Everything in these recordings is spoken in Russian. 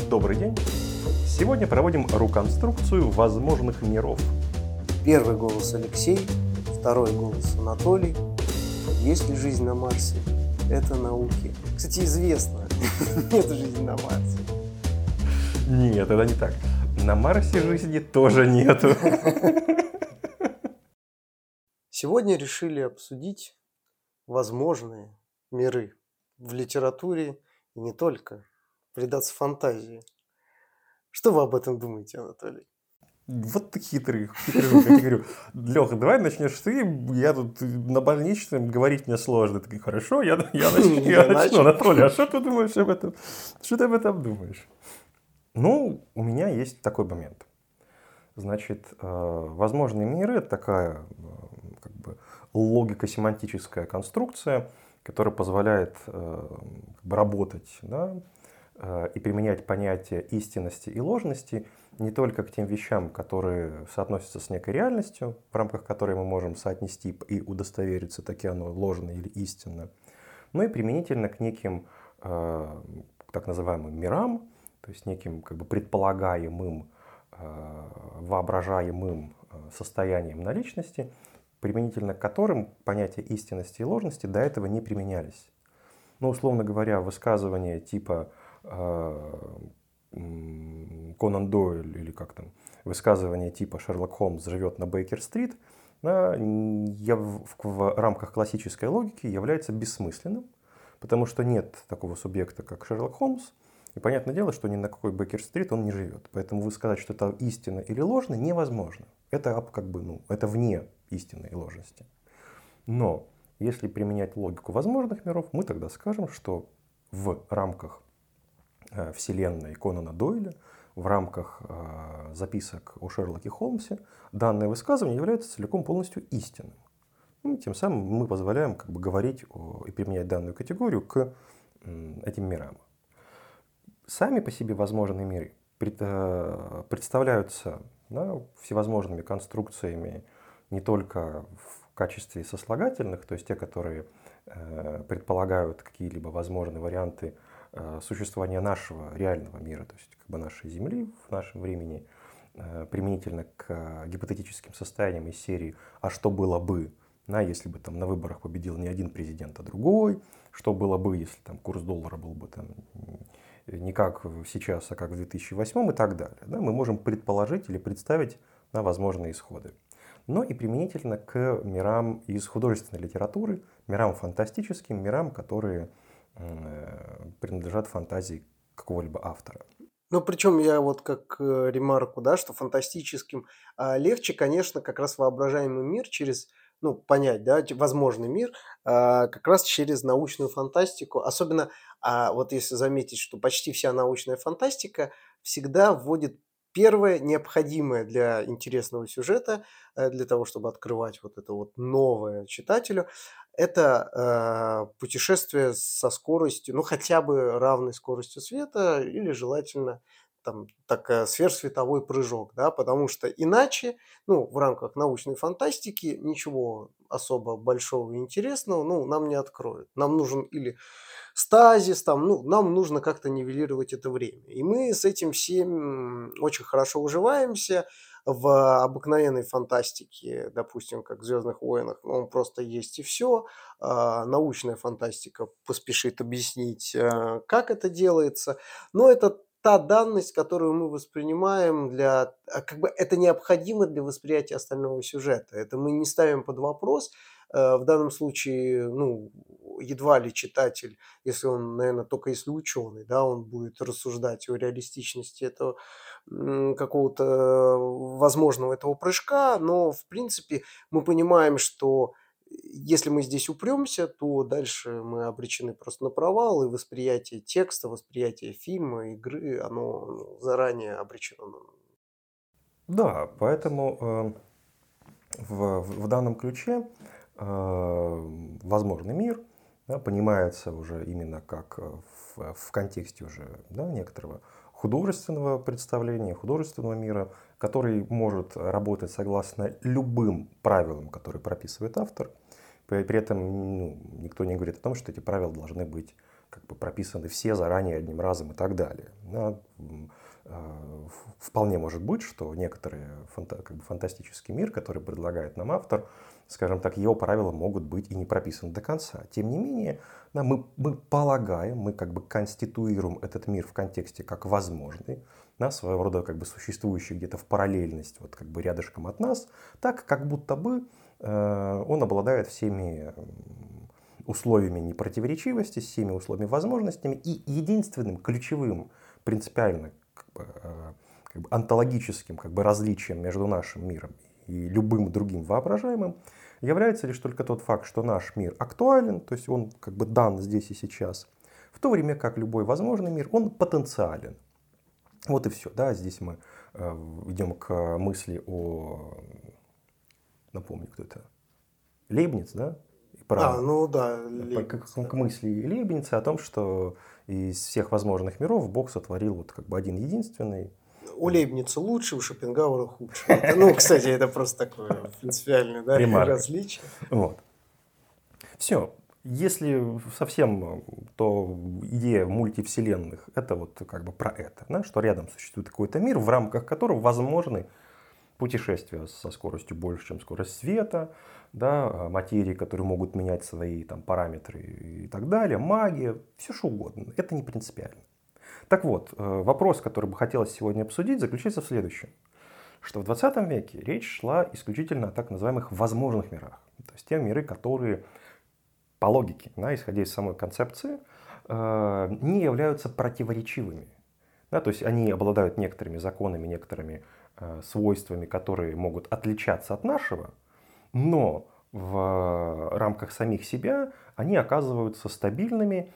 Добрый день! Сегодня проводим реконструкцию возможных миров. Первый голос Алексей, второй голос Анатолий. Есть ли жизнь на Марсе? Это науки. Кстати, известно, нет жизни на Марсе. Нет, это не так. На Марсе жизни тоже нету. Сегодня решили обсудить возможные миры в литературе и не только. Предаться фантазии. Что вы об этом думаете, Анатолий? Вот ты хитрый. Я тебе говорю, Леха, давай начнешь ты. Я тут на больничном, говорить мне сложно. Ты говоришь, хорошо, я начну. Анатолий, а что ты думаешь об этом? Что ты об этом думаешь? Ну, у меня есть такой момент. Значит, возможные миры — это такая как бы логико-семантическая конструкция, которая позволяет работать, да, и применять понятия истинности и ложности не только к тем вещам, которые соотносятся с некой реальностью, в рамках которой мы можем соотнести и удостовериться, таки оно ложно или истинно, но и применительно к неким так называемым мирам, то есть неким как бы предполагаемым, воображаемым состоянием наличности, применительно к которым понятия истинности и ложности до этого не применялись. Ну, условно говоря, высказывания типа Конан Дойль или как там, высказывания типа Шерлок Холмс живет на Бейкер-стрит, да, в рамках классической логики является бессмысленным, потому что нет такого субъекта, как Шерлок Холмс, и понятное дело, что ни на какой Бейкер-стрит он не живет. Поэтому высказать, что это истина или ложно, невозможно. Это как бы, это вне истины и ложности. Но если применять логику возможных миров, мы тогда скажем, что в рамках вселенной Конана Дойля, в рамках записок о Шерлоке Холмсе, данное высказывание является целиком полностью истинным. И тем самым мы позволяем как бы говорить и применять данную категорию к этим мирам. Сами по себе возможные миры представляются, да, всевозможными конструкциями не только в качестве сослагательных, то есть те, которые предполагают какие-либо возможные варианты существования нашего реального мира, то есть как бы нашей Земли в нашем времени, применительно к гипотетическим состояниям из серии «А что было бы?», да, если бы там на выборах победил не один президент, а другой, что было бы, если там курс доллара был бы там не как сейчас, а как в 2008 и так далее. Да, мы можем предположить или представить возможные исходы. Но и применительно к мирам из художественной литературы, мирам фантастическим, мирам, которые принадлежат фантазии какого-либо автора. Ну, причем я вот как ремарку, да, что фантастическим легче, конечно, как раз воображаемый мир через, понять, да, возможный мир, как раз через научную фантастику. Особенно, вот если заметить, что почти вся научная фантастика всегда вводит первое необходимое для интересного сюжета, для того, чтобы открывать вот это вот новое читателю, это путешествие со скоростью, хотя бы равной скоростью света или желательно там сверхсветовой прыжок, да, потому что иначе, в рамках научной фантастики ничего особо большого и интересного, нам не откроют. Нам нужен или стазис, нам нужно как-то нивелировать это время. И мы с этим всем очень хорошо уживаемся. В обыкновенной фантастике, допустим, как в «Звездных войнах», он просто есть и все. Научная фантастика поспешит объяснить, как это делается. Но это та данность, которую мы воспринимаем как бы это необходимо для восприятия остального сюжета. Это мы не ставим под вопрос. В данном случае, едва ли читатель, если он, наверное, только если ученый, да, он будет рассуждать о реалистичности этого какого-то возможного этого прыжка, но в принципе мы понимаем, что если мы здесь упремся, то дальше мы обречены просто на провал, и восприятие текста, восприятие фильма, игры, оно заранее обречено. Да, поэтому в данном ключе возможный мир, да, понимается уже именно как в контексте уже, да, некоторого художественного представления, художественного мира, который может работать согласно любым правилам, которые прописывает автор. При этом никто не говорит о том, что эти правила должны быть как бы прописаны все заранее одним разом и так далее. Да, вполне может быть, что некоторый как бы фантастический мир, который предлагает нам автор, скажем так, его правила могут быть и не прописаны до конца. Тем не менее, да, мы полагаем, мы как бы конституируем этот мир в контексте как возможный, да, своего рода как бы существующий где-то в параллельность, вот как бы рядышком от нас, так как будто бы он обладает всеми условиями непротиворечивости, всеми условиями возможностями, и единственным ключевым принципиально как бы онтологическим как бы различием между нашим миром и любым другим воображаемым является лишь только тот факт, что наш мир актуален, то есть он как бы дан здесь и сейчас, в то время как любой возможный мир, он потенциален. Вот и все. Да, здесь мы идем к мысли о, напомню, кто это, Лейбниц, да? Ну да, К мысли Лейбница о том, что из всех возможных миров Бог сотворил вот как бы один единственный. У Лейбница лучше, у Шопенгауэра хуже. Кстати, это просто такое принципиальное, да, различие. Вот. Все. Если совсем, то идея мультивселенных — это вот как бы про это, да, что рядом существует какой-то мир, в рамках которого возможны путешествия со скоростью больше, чем скорость света, да, материи, которые могут менять свои там, параметры и так далее, магия, все что угодно. Это не принципиально. Так вот, вопрос, который бы хотелось сегодня обсудить, заключается в следующем. Что в 20 веке речь шла исключительно о так называемых возможных мирах. То есть те миры, которые по логике, да, исходя из самой концепции, не являются противоречивыми. Да, то есть они обладают некоторыми законами, некоторыми свойствами, которые могут отличаться от нашего, но в рамках самих себя они оказываются стабильными,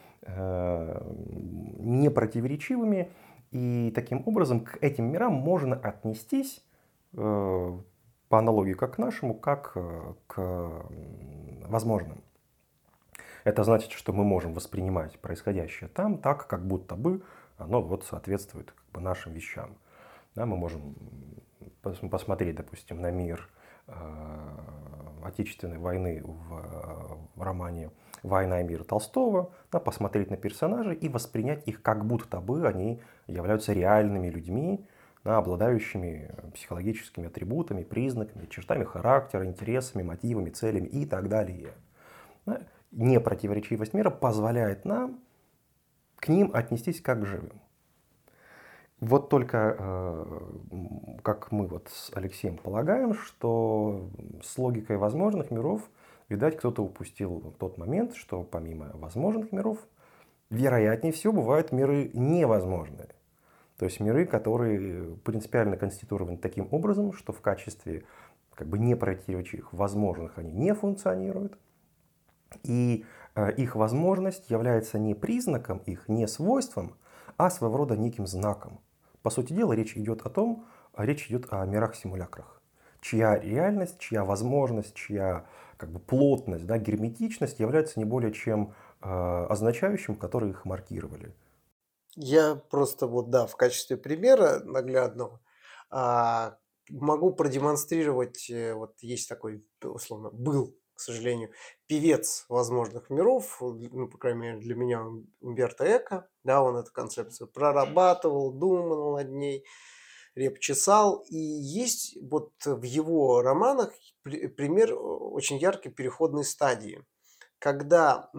непротиворечивыми, и таким образом к этим мирам можно отнестись по аналогии как к нашему, как к возможным. Это значит, что мы можем воспринимать происходящее там так, как будто бы оно вот соответствует как бы нашим вещам. Да, мы можем посмотреть, допустим, на мир Отечественной войны в романе «Война и мир» Толстого, да, посмотреть на персонажей и воспринять их как будто бы они являются реальными людьми, да, обладающими психологическими атрибутами, признаками, чертами характера, интересами, мотивами, целями и так далее. Да. Непротиворечивость мира позволяет нам к ним отнестись как к живым. Вот только, как мы вот с Алексеем полагаем, что с логикой возможных миров, видать, кто-то упустил тот момент, что помимо возможных миров, вероятнее всего, бывают миры невозможные. То есть миры, которые принципиально конституированы таким образом, что в качестве как бы непротиворечивых возможных они не функционируют. И их возможность является не признаком их, не свойством, а своего рода неким знаком. По сути дела, речь идет о мирах-симулякрах, чья реальность, чья возможность, чья как бы плотность, да, герметичность является не более чем означающим, который их маркировали. Я просто в качестве примера наглядного могу продемонстрировать, вот есть такой, условно, был, к сожалению, певец возможных миров, по крайней мере, для меня Умберто Эко, да, он эту концепцию прорабатывал, думал над ней, репчесал, и есть вот в его романах пример очень яркой переходной стадии, когда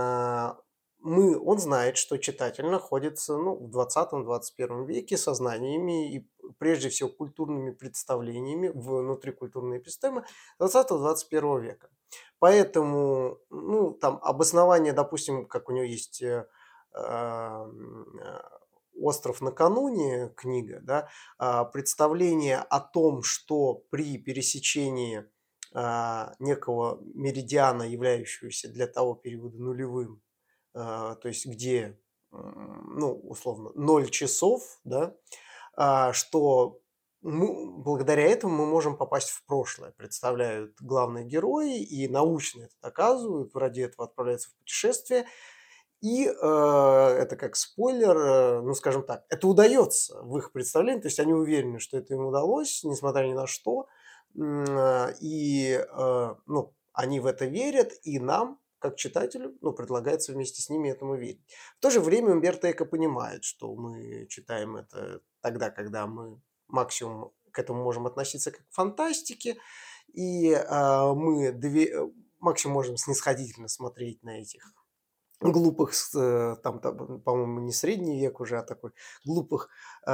он знает, что читатель находится в 20-21 веке со знаниями и прежде всего культурными представлениями внутри культурной эпистемы 20-21 века. Поэтому там обоснование, допустим, как у него есть «Остров накануне» книга, да, представление о том, что при пересечении некого меридиана, являющегося для того периода нулевым, то есть где, условно, 0 часов, да, что благодаря этому мы можем попасть в прошлое, представляют главные герои, и научно это доказывают, ради этого отправляются в путешествие. И это как спойлер, скажем так, это удается в их представлении, то есть они уверены, что это им удалось, несмотря ни на что, и они в это верят, и нам как читателю, предлагается вместе с ними этому верить. В то же время Умберто Эко понимает, что мы читаем это тогда, когда мы максимум к этому можем относиться как к фантастике, и максимум можем снисходительно смотреть на этих глупых, по-моему, не средний век уже, а такой глупых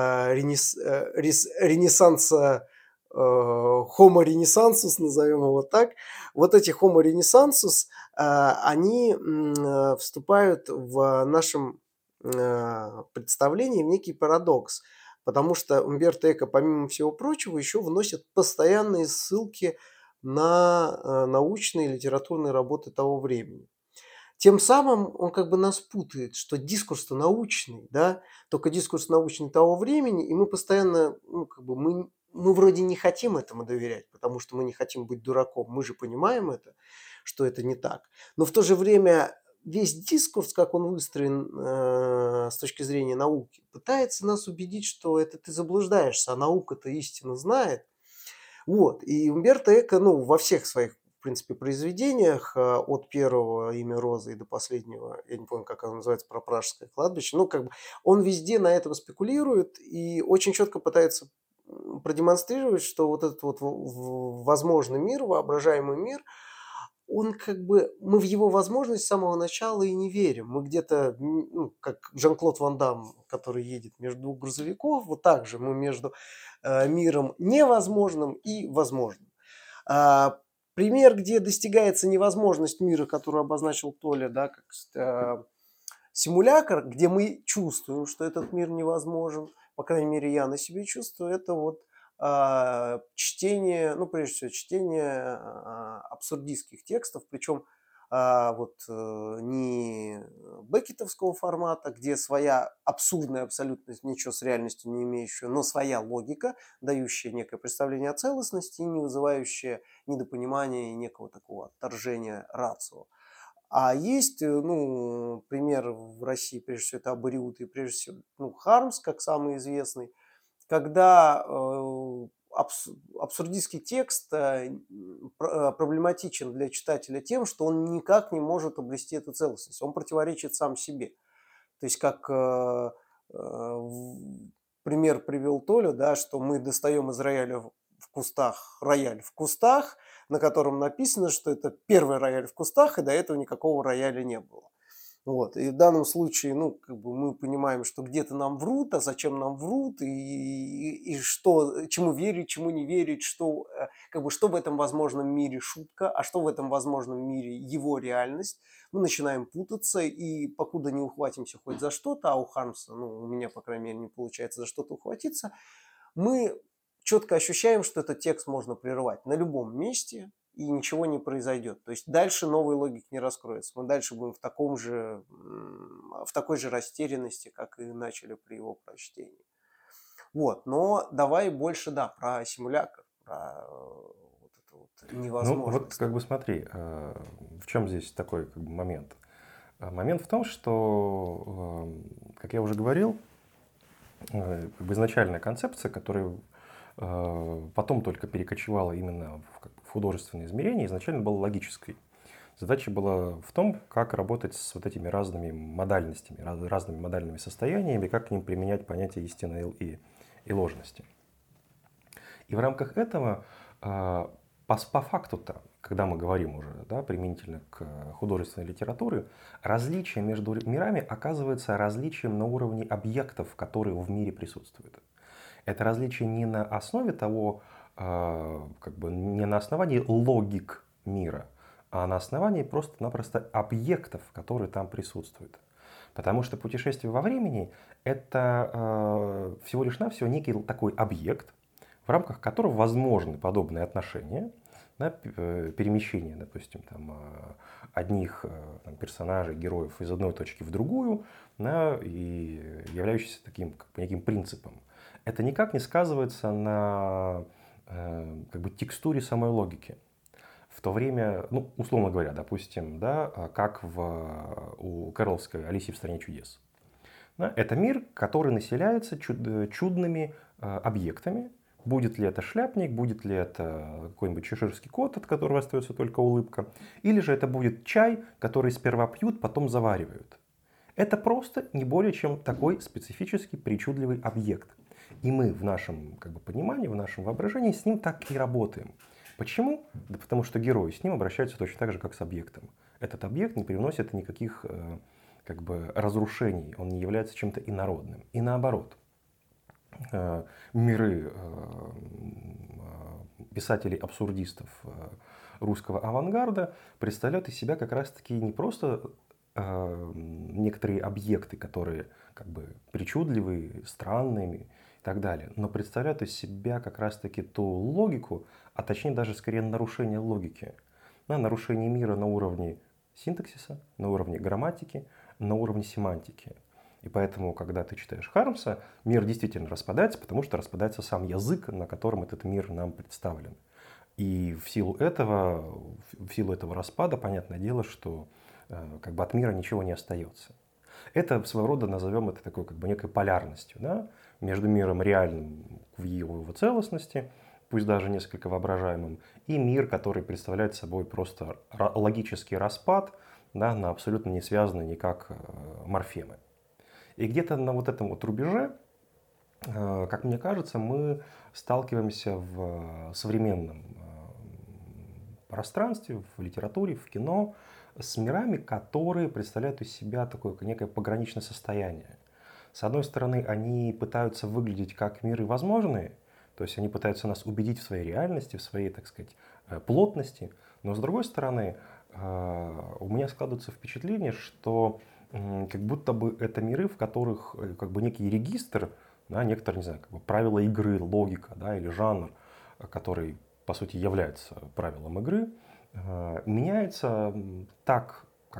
ренессанса, Homo renaissansus, назовем его так. Вот эти Homo renaissansus, они вступают в нашем представлении в некий парадокс, потому что Умберто Эко, помимо всего прочего, еще вносит постоянные ссылки на научные и литературные работы того времени. Тем самым он как бы нас путает, что дискурс-то научный, да, только дискурс научный того времени, и мы постоянно, мы вроде не хотим этому доверять, потому что мы не хотим быть дураком, мы же понимаем это, что это не так. Но в то же время весь дискурс, как он выстроен с точки зрения науки, пытается нас убедить, что это ты заблуждаешься, а наука-то истину знает. Вот. И Умберто Эко, во всех своих, в принципе, произведениях, от первого «Имя Розы» и до последнего, я не помню, как оно называется, про Пражское кладбище, он везде на этом спекулирует и очень четко пытается продемонстрировать, что вот этот вот возможный мир, воображаемый мир, он мы в его возможность с самого начала и не верим. Мы где-то, как Жан-Клод Ван Дамм, который едет между двух грузовиков, вот так же мы между миром невозможным и возможным. Пример, где достигается невозможность мира, который обозначил Толя, да, как симулятор, где мы чувствуем, что этот мир невозможен, по крайней мере, я на себе чувствую, это вот чтение, прежде всего, чтение абсурдистских текстов, причем не беккетовского формата, где своя абсурдная абсолютность, ничего с реальностью не имеющая, но своя логика, дающая некое представление о целостности и не вызывающая недопонимания и некого такого отторжения рацио. А есть, пример в России, прежде всего, это Абориут и, прежде всего, Хармс, как самый известный, когда абсурдистский текст проблематичен для читателя тем, что он никак не может обрести эту целостность. Он противоречит сам себе. То есть, как пример привел Толя, да, что мы достаем из рояля в кустах рояль в кустах, на котором написано, что это первый рояль в кустах, и до этого никакого рояля не было. Вот. И в данном случае, мы понимаем, что где-то нам врут, а зачем нам врут, и что, чему верить, чему не верить, что в этом возможном мире шутка, а что в этом возможном мире его реальность. Мы начинаем путаться, и покуда не ухватимся хоть за что-то, а у Хармса, у меня, по крайней мере, не получается за что-то ухватиться, мы четко ощущаем, что этот текст можно прервать на любом месте, и ничего не произойдет. То есть дальше новой логики не раскроется. Мы дальше будем в такой же растерянности, как и начали при его прочтении. Вот. Но давай больше, про симулятор, про вот эту вот невозможность. Смотри, в чем здесь такой момент? Момент в том, что, как я уже говорил, изначальная концепция, которая потом только перекочевала именно в художественное измерение, изначально была логической. Задача была в том, как работать с вот этими разными модальностями, разными модальными состояниями, как к ним применять понятие истины и ложности. И в рамках этого, по факту-то, когда мы говорим уже применительно к художественной литературе, различие между мирами оказывается различием на уровне объектов, которые в мире присутствуют. Это различие не на основе того, не на основании логик мира, а на основании просто-напросто объектов, которые там присутствуют. Потому что путешествие во времени – это всего лишь навсего некий такой объект, в рамках которого возможны подобные отношения, перемещение, допустим, одних персонажей, героев из одной точки в другую, и являющийся таким неким принципом. Это никак не сказывается на текстуре самой логики. В то время, условно говоря, допустим, как у Кэрролловской «Алисе в стране чудес». Это мир, который населяется чудными объектами, Будет ли это шляпник, будет ли это какой-нибудь чеширский кот, от которого остается только улыбка, или же это будет чай, который сперва пьют, потом заваривают. Это просто не более чем такой специфический причудливый объект. И мы в нашем понимании, в нашем воображении с ним так и работаем. Почему? Да потому что герои с ним обращаются точно так же, как с объектом. Этот объект не привносит никаких разрушений, он не является чем-то инородным. И наоборот, миры писателей-абсурдистов русского авангарда представляют из себя как раз-таки не просто некоторые объекты, которые причудливые, странные и так далее, но представляют из себя как раз-таки ту логику, а точнее даже скорее нарушение логики. Нарушение мира на уровне синтаксиса, на уровне грамматики, на уровне семантики. И поэтому, когда ты читаешь Хармса, мир действительно распадается, потому что распадается сам язык, на котором этот мир нам представлен. И в силу этого распада, понятное дело, что от мира ничего не остается. Это своего рода, назовем это такой некой полярностью, да? Между миром реальным в его целостности, пусть даже несколько воображаемым, и мир, который представляет собой просто логический распад, да, на абсолютно не связанные никак морфемы. И где-то на вот этом вот рубеже, как мне кажется, мы сталкиваемся в современном пространстве, в литературе, в кино, с мирами, которые представляют из себя такое некое пограничное состояние. С одной стороны, они пытаются выглядеть как миры возможные, то есть они пытаются нас убедить в своей реальности, в своей, так сказать, плотности, но с другой стороны, у меня складывается впечатление, что как будто бы это миры, в которых некий регистр, да, некоторые, не знаю, правила игры, логика, да, или жанр, который по сути является правилом игры, меняется так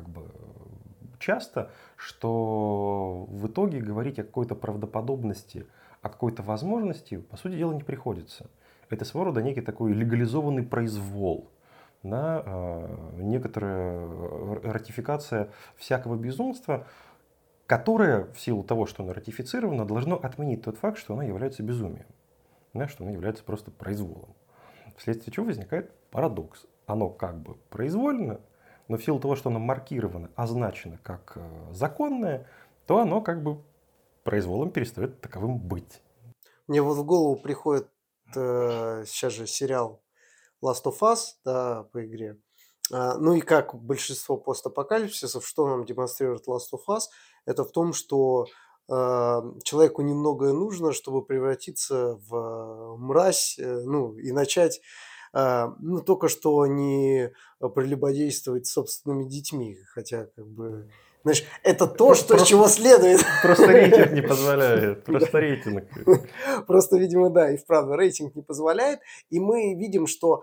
часто, что в итоге говорить о какой-то правдоподобности, о какой-то возможности, по сути дела, не приходится. Это своего рода некий такой легализованный произвол, да, некоторая ратификация всякого безумства, которое в силу того, что оно ратифицировано, должно отменить тот факт, что оно является безумием, да, что оно является просто произволом. Вследствие чего возникает парадокс. Оно произвольно, но в силу того, что оно маркировано, означено как законное, то оно произволом перестает таковым быть. Мне вот в голову приходит сейчас же сериал Last of Us, да, по игре. Ну и как большинство постапокалипсисов, что нам демонстрирует Last of Us, это в том, что человеку немногое нужно, чтобы превратиться в мразь, ну и начать, только что не прелюбодействовать с собственными детьми, хотя знаешь, это то, из чего следует. Просто рейтинг не позволяет, просто рейтинг. Просто, видимо, да, и вправду рейтинг не позволяет, и мы видим, что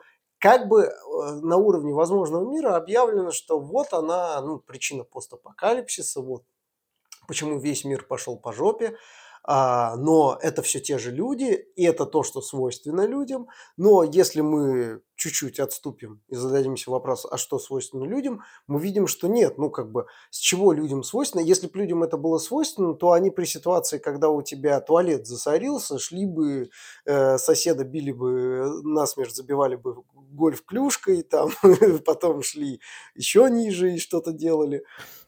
на уровне возможного мира объявлено, что вот она, причина постапокалипсиса, вот почему весь мир пошел по жопе, но это все те же люди, и это то, что свойственно людям. Но если мы чуть-чуть отступим и зададимся вопросом, а что свойственно людям, мы видим, что нет, с чего людям свойственно. Если бы людям это было свойственно, то они при ситуации, когда у тебя туалет засорился, шли бы, соседа били бы насмерть, забивали бы гольф клюшкой, там, потом шли еще ниже и что-то делали.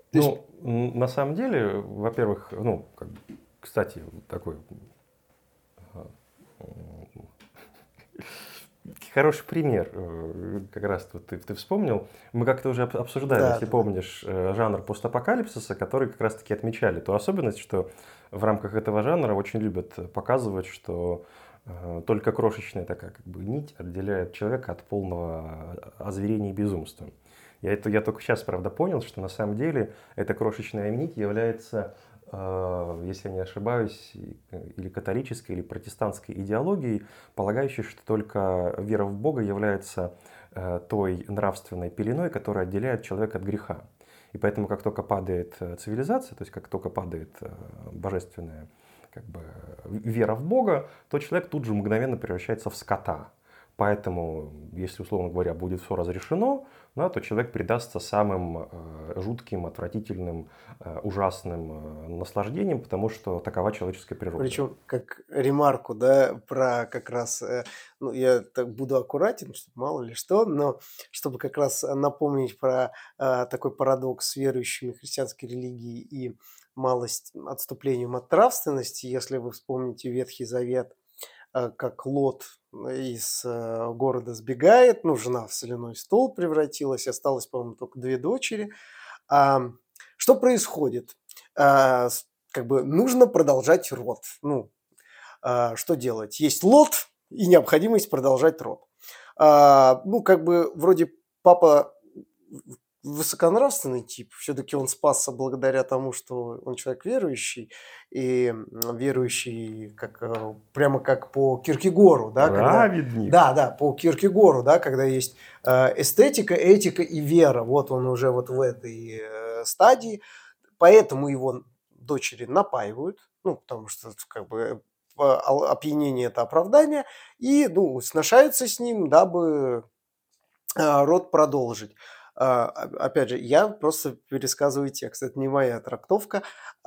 На самом деле, во-первых, кстати, такой хороший пример, как раз ты вспомнил. Мы как-то уже обсуждали, Да, если помнишь, жанр постапокалипсиса, который как раз-таки отмечали ту особенность, что в рамках этого жанра очень любят показывать, что только крошечная такая нить отделяет человека от полного озверения и безумства. Я только сейчас, правда, понял, что на самом деле эта крошечная нить является, если я не ошибаюсь, или католической, или протестантской идеологией, полагающей, что только вера в Бога является той нравственной пеленой, которая отделяет человека от греха. И поэтому, как только падает цивилизация, то есть как только падает божественная вера в Бога, то человек тут же мгновенно превращается в скота. Поэтому, если, условно говоря, будет все разрешено, да, то человек предастся самым жутким, отвратительным, ужасным наслаждениям, потому что такова человеческая природа. Причем как ремарку, да, про как раз, ну, я так буду аккуратен, чтобы мало ли что, но чтобы как раз напомнить про такой парадокс с верующими христианской религии и малость отступлением от нравственности. Если вы вспомните Ветхий Завет, как Лот из города сбегает, ну, жена в соляной стол превратилась, осталось, по-моему, только две дочери. А, что происходит? Как бы нужно продолжать род. Ну, что делать? Есть Лот и необходимость продолжать род. Ну, как бы вроде папа высоконравственный тип, все-таки он спасся благодаря тому, что он человек верующий, и верующий как, прямо как по Киркегору, да, когда... Праведник. Да, да, по Киркегору, да, когда есть эстетика, этика и вера. Вот он уже вот в этой стадии, поэтому его дочери напаивают, ну, потому что как бы опьянение – это оправдание, и, ну, сношаются с ним, дабы род продолжить. Опять же, я просто пересказываю текст, это не моя трактовка.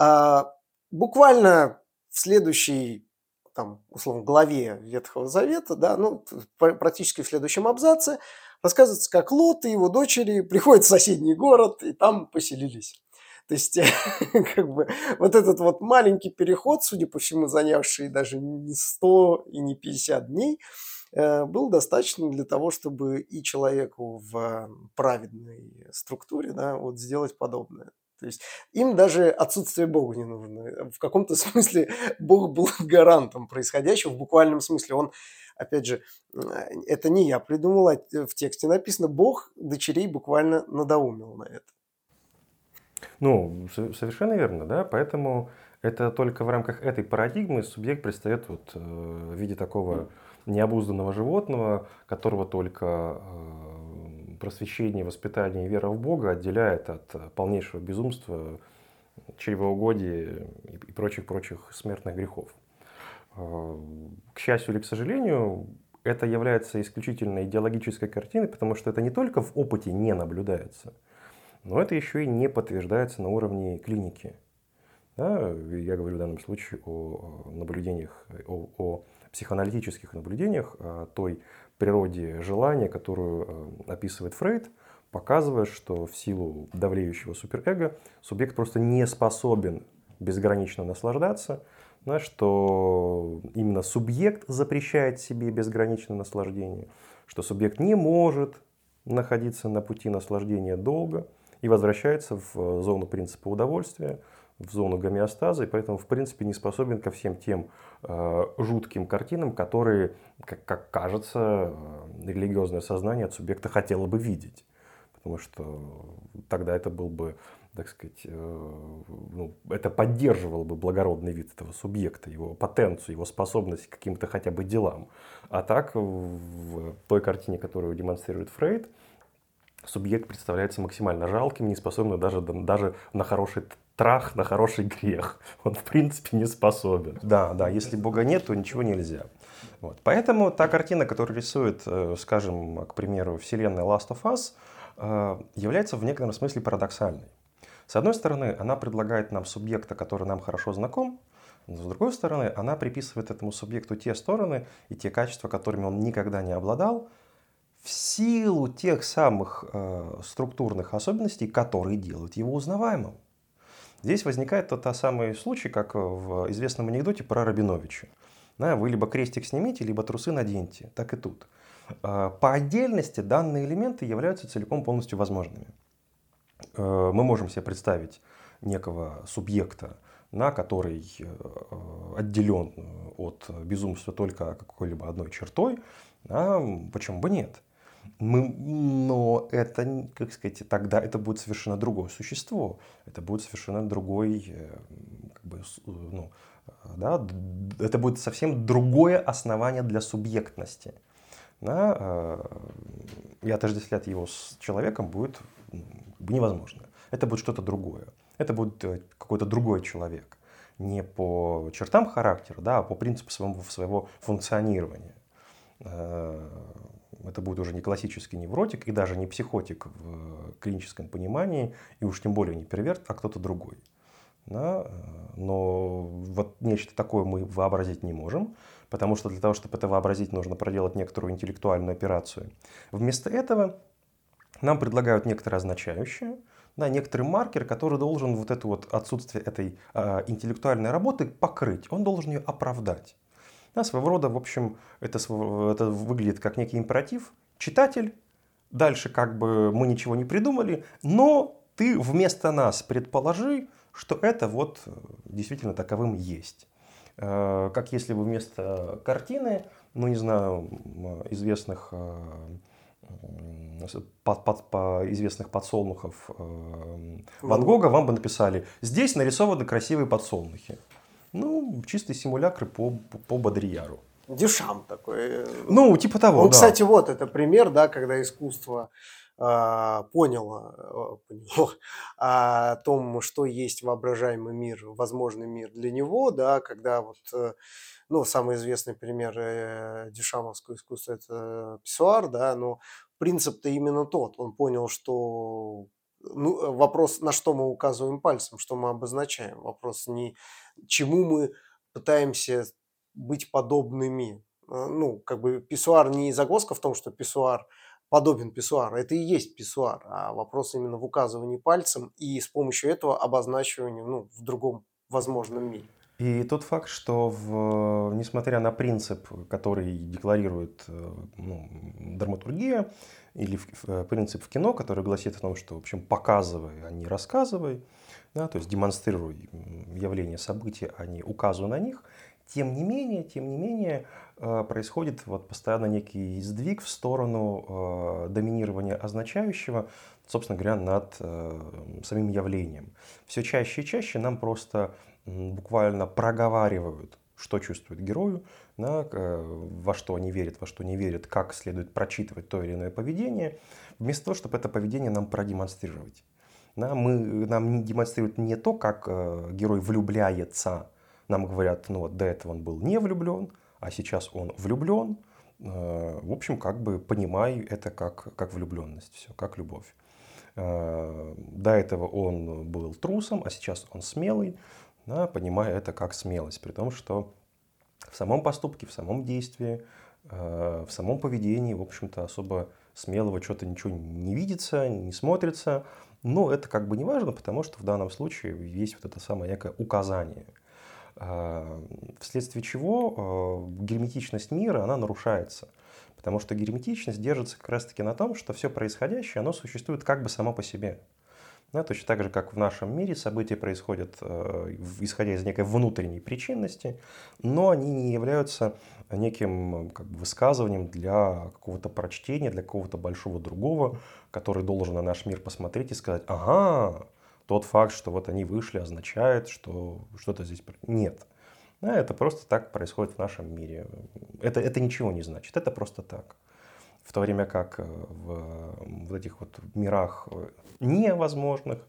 Буквально в следующей, там, условно, главе Ветхого Завета, да, ну, практически в следующем абзаце, рассказывается, как Лот и его дочери приходят в соседний город и там поселились. То есть, как бы, вот этот вот маленький переход, судя по всему, занявший даже не 100 и не 50 дней, был достаточно для того, чтобы и человеку в праведной структуре, да, вот сделать подобное. То есть им даже отсутствие Бога не нужно. В каком-то смысле Бог был гарантом происходящего, в буквальном смысле. Он, опять же, это не я придумал, а в тексте написано, Бог дочерей буквально надоумил на это. Ну, совершенно верно, да, поэтому это только в рамках этой парадигмы субъект предстает вот в виде такого необузданного животного, которого только просвещение, воспитание и вера в Бога отделяет от полнейшего безумства, чревоугодия и прочих смертных грехов. К счастью или к сожалению, это является исключительно идеологической картиной, потому что это не только в опыте не наблюдается, но это еще и не подтверждается на уровне клиники. Да, я говорю в данном случае о наблюдениях, о психоаналитических наблюдениях, о той природе желания, которую описывает Фрейд, показывая, что в силу давлеющего суперэго субъект просто не способен безгранично наслаждаться, да, что именно субъект запрещает себе безграничное наслаждение, что субъект не может находиться на пути наслаждения долго и возвращается в зону принципа удовольствия, в зону гомеостаза, и поэтому, в принципе, не способен ко всем тем жутким картинам, которые, как кажется, религиозное сознание от субъекта хотело бы видеть. Потому что тогда это был бы, так сказать, ну, это поддерживало бы благородный вид этого субъекта, его потенцию, его способность к каким-то хотя бы делам. А так, в той картине, которую демонстрирует Фрейд, субъект представляется максимально жалким, неспособным даже на хороший трах, на хороший грех. Он, в принципе, не способен. Да, если Бога нет, то ничего нельзя. Вот. Поэтому та картина, которую рисует, скажем, к примеру, вселенная Last of Us, является в некотором смысле парадоксальной. С одной стороны, она предлагает нам субъекта, который нам хорошо знаком, но с другой стороны, она приписывает этому субъекту те стороны и те качества, которыми он никогда не обладал, в силу тех самых структурных особенностей, которые делают его узнаваемым. Здесь возникает тот самый случай, как в известном анекдоте про Рабиновича. Да, вы либо крестик снимите, либо трусы наденьте. Так и тут. По отдельности данные элементы являются целиком полностью возможными. Мы можем себе представить некого субъекта, который отделен от безумства только какой-либо одной чертой, почему бы нет? Но это, как сказать, тогда это будет совершенно другое существо, это будет совершенно другой, как бы, ну, да, это будет совсем другое основание для субъектности. Да, и отождествлять его с человеком будет невозможно. Это будет что-то другое. Это будет какой-то другой человек. Не по чертам характера, да, а по принципу своего функционирования. Это будет уже не классический невротик и даже не психотик в клиническом понимании, и уж тем более не перверт, а кто-то другой. Да? Но вот нечто такое мы вообразить не можем, потому что для того, чтобы это вообразить, нужно проделать некоторую интеллектуальную операцию. Вместо этого нам предлагают некоторое означающее, да, некоторый маркер, который должен вот это вот отсутствие этой интеллектуальной работы покрыть, он должен ее оправдать. Да, своего рода, в общем, это выглядит как некий императив. Читатель, дальше как бы мы ничего не придумали, но ты вместо нас предположи, что это вот действительно таковым есть. Как если бы вместо картины, ну не знаю, известных известных подсолнухов Ван Гога вам бы написали: здесь нарисованы красивые подсолнухи. Ну, чистый симулякр по Бодрияру. Дюшам такой. Ну, типа того, Он, да. кстати, вот это пример, да, когда искусство поняло о том, что есть воображаемый мир, возможный мир для него, да, когда вот, ну, самый известный пример дюшамовского искусства – это писсуар, да, но принцип-то именно тот. Он понял, что ну, вопрос, на что мы указываем пальцем, что мы обозначаем. Вопрос не чему мы пытаемся быть подобными. Ну, как бы писсуар не загвоздка в том, что писсуар подобен писсуару. Это и есть писсуар. А вопрос именно в указывании пальцем и с помощью этого обозначивания, ну, в другом возможном мире. И тот факт, что несмотря на принцип, который декларирует драматургия, или принцип в кино, который гласит о том, что, в общем, показывай, а не рассказывай, да, то есть демонстрируй явления, события, а не указывай на них, тем не менее, происходит вот постоянно некий сдвиг в сторону доминирования означающего, собственно говоря, над самим явлением. Все чаще и чаще нам просто буквально проговаривают, что чувствует герою, да, во что они верят, во что не верят, как следует прочитывать то или иное поведение, вместо того, чтобы это поведение нам продемонстрировать. Да, нам демонстрируют не то, как герой влюбляется. Нам говорят, ну вот до этого он был не влюблен, а сейчас он влюблен. В общем, как бы понимай это как влюбленность, все, как любовь. До этого он был трусом, а сейчас он смелый, да, понимая это как смелость. При том, что в самом поступке, в самом действии, в самом поведении, в общем-то, особо смелого что-то ничего не видится, не смотрится. Но это как бы не важно, потому что в данном случае есть вот это самое некое указание. Вследствие чего герметичность мира, она нарушается. Потому что герметичность держится как раз-таки на том, что все происходящее, оно существует как бы само по себе. Да, точно так же, как в нашем мире события происходят, исходя из некой внутренней причинности, но они не являются неким как бы высказыванием для какого-то прочтения, для какого-то большого другого, который должен на наш мир посмотреть и сказать: ага, тот факт, что вот они вышли, означает, что что-то здесь... Нет. Да, это просто так происходит в нашем мире. Это ничего не значит, это просто так. В то время как в вот этих вот мирах невозможных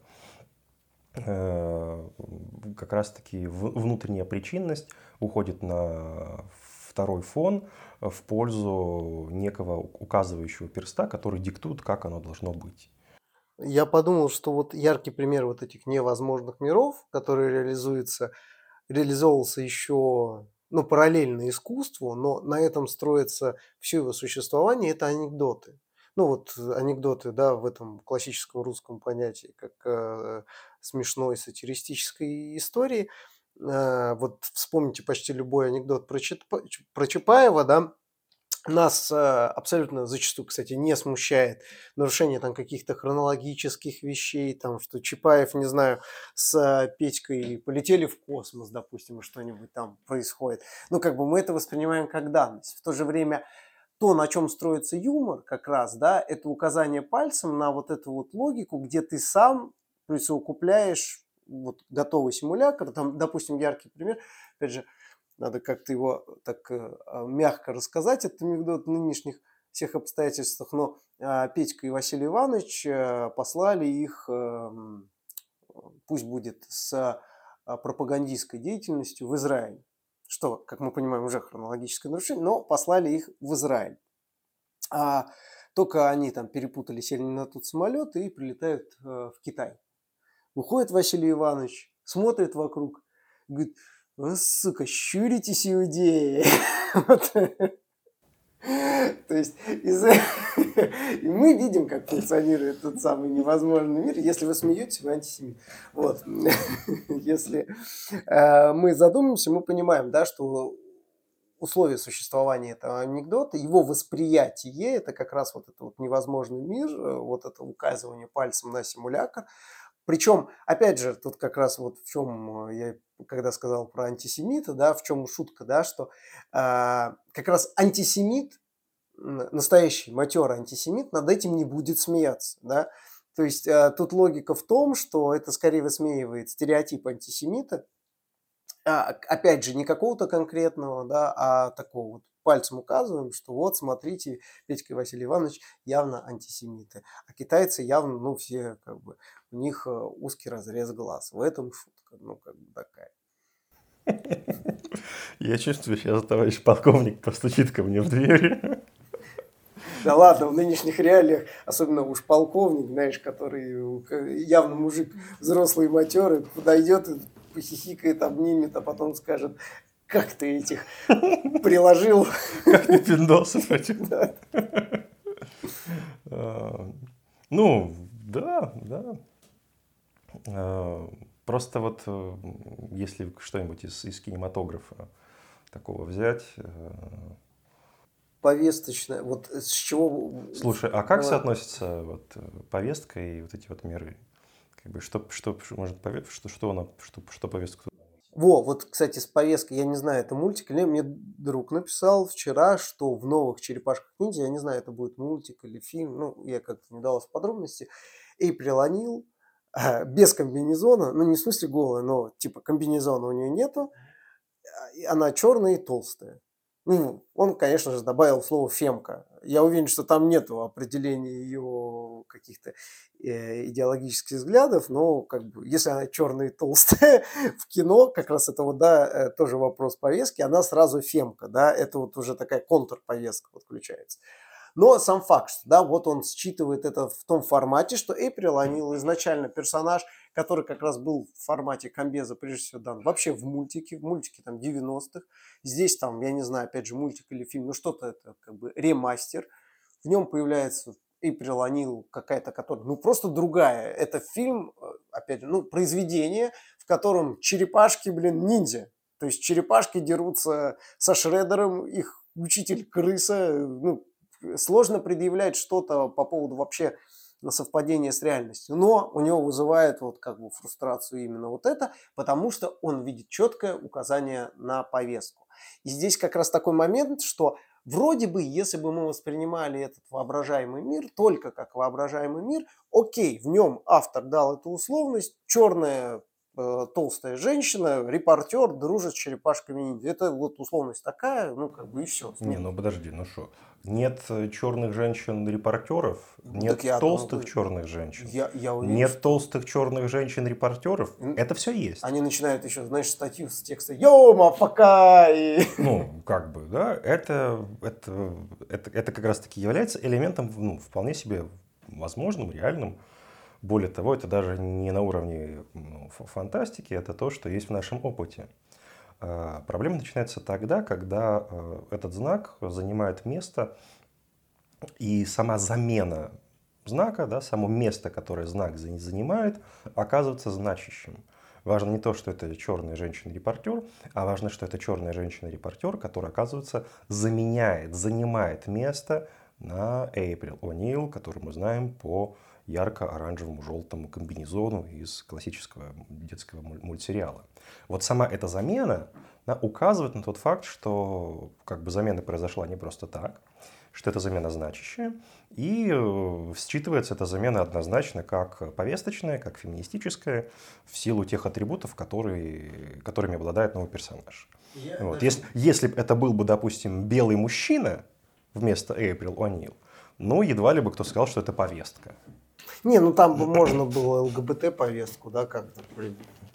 как раз-таки внутренняя причинность уходит на второй фон в пользу некого указывающего перста, который диктует, как оно должно быть. Я подумал, что вот яркий пример вот этих невозможных миров, который реализовывался еще, ну, параллельно искусству, но на этом строится все его существование – это анекдоты. Ну вот анекдоты, да, в этом классическом русском понятии, как смешной сатиристической истории. Вот вспомните почти любой анекдот про Чапаева, да, нас абсолютно зачастую, кстати, не смущает нарушение там каких-то хронологических вещей, там, что Чапаев, не знаю, с Петькой полетели в космос, допустим, и что-нибудь там происходит. Ну, как бы мы это воспринимаем как данность. В то же время то, на чем строится юмор, как раз, да, это указание пальцем на вот эту вот логику, где ты сам присовокупляешь вот готовый симулятор, там, допустим, яркий пример, опять же, надо как-то его так мягко рассказать, этот анекдот в нынешних всех обстоятельствах, но Петька и Василий Иванович послали их, пусть будет с пропагандистской деятельностью, в Израиль, что, как мы понимаем, уже хронологическое нарушение, но послали их в Израиль. А только они там перепутали, сели не на тот самолет и прилетают в Китай. Выходит Василий Иванович, смотрит вокруг, говорит: «Вы, сука, щуритесь, иудеи!» Вот. То есть и мы видим, как функционирует тот самый невозможный мир. Если вы смеетесь, вы антисемит. Вот. Если мы задумаемся, мы понимаем, да, что условия существования этого анекдота, его восприятие, это как раз вот этот вот невозможный мир, вот это указывание пальцем на симулятор. Причем, опять же, тут как раз вот в чем я, когда сказал про антисемита, да, в чем шутка, да, что как раз антисемит, настоящий матерый антисемит, над этим не будет смеяться, да. То есть тут логика в том, что это скорее высмеивает стереотип антисемита, опять же, не какого-то конкретного, да, а такого вот пальцем указываем, что вот, смотрите, Петька и Василий Иванович явно антисемиты. А китайцы явно, ну, все, как бы, у них узкий разрез глаз. В этом шутка, ну, как бы такая. Я чувствую, сейчас товарищ полковник постучит ко мне в дверь. Да ладно, в нынешних реалиях, особенно уж полковник, знаешь, который явно мужик взрослый и матерый, подойдет и похихикает, обнимет, а потом скажет: как ты этих приложил. Как ты пиндосов этих. Ну, да. Просто вот если что-нибудь из кинематографа такого взять... Повесточная, вот с чего... Слушай, а как соотносится вот повестка и вот эти вот миры? Как бы что может повестка, что повестка? Вот, кстати, с повесткой, я не знаю, это мультик или нет, мне друг написал вчера, что в новых «Черепашках ниндзя», я не знаю, это будет мультик или фильм, ну, я как-то не дал в подробности, Эйприл О'Нил без комбинезона, ну, не в смысле голая, но типа комбинезона у нее нету, она черная и толстая. Ну, он, конечно же, добавил слово «фемка». Я уверен, что там нет определения ее каких-то идеологических взглядов, но как бы, если она черная и толстая в кино, как раз это вот, да, тоже вопрос повестки, она сразу «фемка», да, это вот уже такая контрповестка подключается. Но сам факт, что, да, вот он считывает это в том формате, что Эйприл О'Нил изначально персонаж, который как раз был в формате комбеза, прежде всего, дан вообще в мультике там 90-х. Здесь там, я не знаю, опять же, мультик или фильм, ну что-то это как бы ремастер. В нем появляется Эйприл О'Нил какая-то, которая, ну просто другая. Это фильм, опять же, ну произведение, в котором черепашки, ниндзя. То есть черепашки дерутся со Шреддером, их учитель крыса, ну, сложно предъявлять что-то по поводу вообще совпадения с реальностью. Но у него вызывает вот как бы фрустрацию именно вот это, потому что он видит четкое указание на повестку. И здесь как раз такой момент, что вроде бы, если бы мы воспринимали этот воображаемый мир только как воображаемый мир, окей, в нем автор дал эту условность, черная толстая женщина, репортер, дружит с черепашками ниндзя. Это вот условность такая, ну как бы и все. Не, ну подожди, ну что? Нет черных женщин-репортеров, нет толстых черных женщин, нет толстых черных женщин-репортеров. Это все есть. Они начинают еще, знаешь, статью с текста «Йома, пока!» Ну, как бы, да, это как раз-таки является элементом, ну, вполне себе возможным, реальным. Более того, это даже не на уровне фантастики, это то, что есть в нашем опыте. Проблема начинается тогда, когда этот знак занимает место, и сама замена знака, да, само место, которое знак занимает, оказывается значащим. Важно не то, что это черная женщина-репортер, а важно, что это черная женщина-репортер, которая, оказывается, занимает место на Эйприл О'Нил, которую мы знаем по ярко-оранжевому желтому комбинезону из классического детского мультсериала. Вот сама эта замена указывает на тот факт, что как бы замена произошла не просто так, что это замена значащая, и считывается эта замена однозначно как повесточная, как феминистическая, в силу тех атрибутов, которыми обладает новый персонаж. Вот. Если бы это был бы, допустим, белый мужчина вместо Эйприл О'Нил, ну, едва ли бы кто сказал, что это повестка. Не, ну там бы можно было ЛГБТ-повестку, да, как-то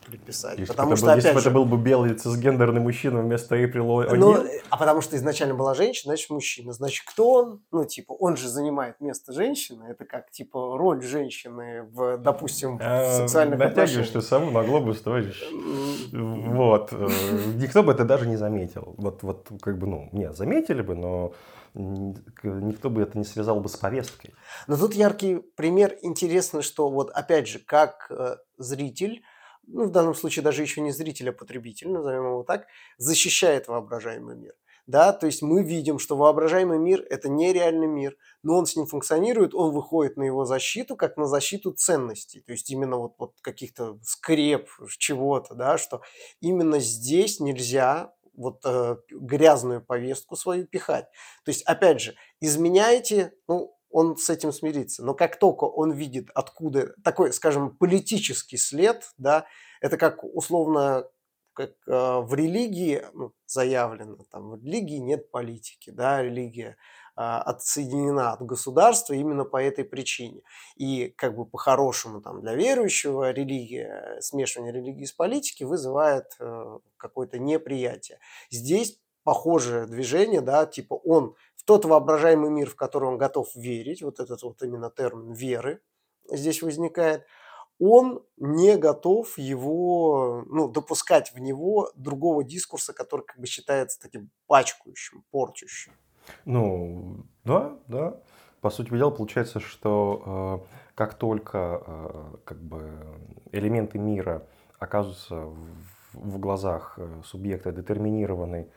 приписать. Если Потому бы что, если опять бы это же, был бы белый цисгендерный мужчина вместо Эйприл ну, О'Нил, потому что изначально была женщина, значит, мужчина. Значит, кто он? Ну, типа, он же занимает место женщины. Это как, типа, роль женщины, допустим, в сексуальных натягиваешь ты отношениях. сову на глобус, товарищ. Вот. Никто бы это даже не заметил. Вот как бы, ну, не, заметили бы, но никто бы это не связал бы с повесткой. Но тут яркий пример. Интересно, что вот опять же, как зритель, ну в данном случае даже еще не зритель, а потребитель, назовем его так, защищает воображаемый мир. Да, то есть мы видим, что воображаемый мир – это нереальный мир, но он с ним функционирует, он выходит на его защиту, как на защиту ценностей, то есть именно вот каких-то скреп, чего-то, да, что именно здесь нельзя вот грязную повестку свою пихать. То есть, опять же, изменяете, ну, он с этим смирится. Но как только он видит, откуда такой, скажем, политический след, да, это как условно, как в религии ну, заявлено, там, в религии нет политики, да, религия отсоединена от государства именно по этой причине. И как бы по-хорошему там для верующего религия, смешивание религии с политики вызывает какое-то неприятие. Здесь похожее движение, да, типа он в тот воображаемый мир, в который он готов верить, вот этот вот именно термин веры здесь возникает, он не готов его, ну, допускать в него другого дискурса, который как бы считается таким пачкающим, порчущим. Ну, да, да. По сути дела, получается, что как только как бы элементы мира оказываются в глазах субъекта детерминированы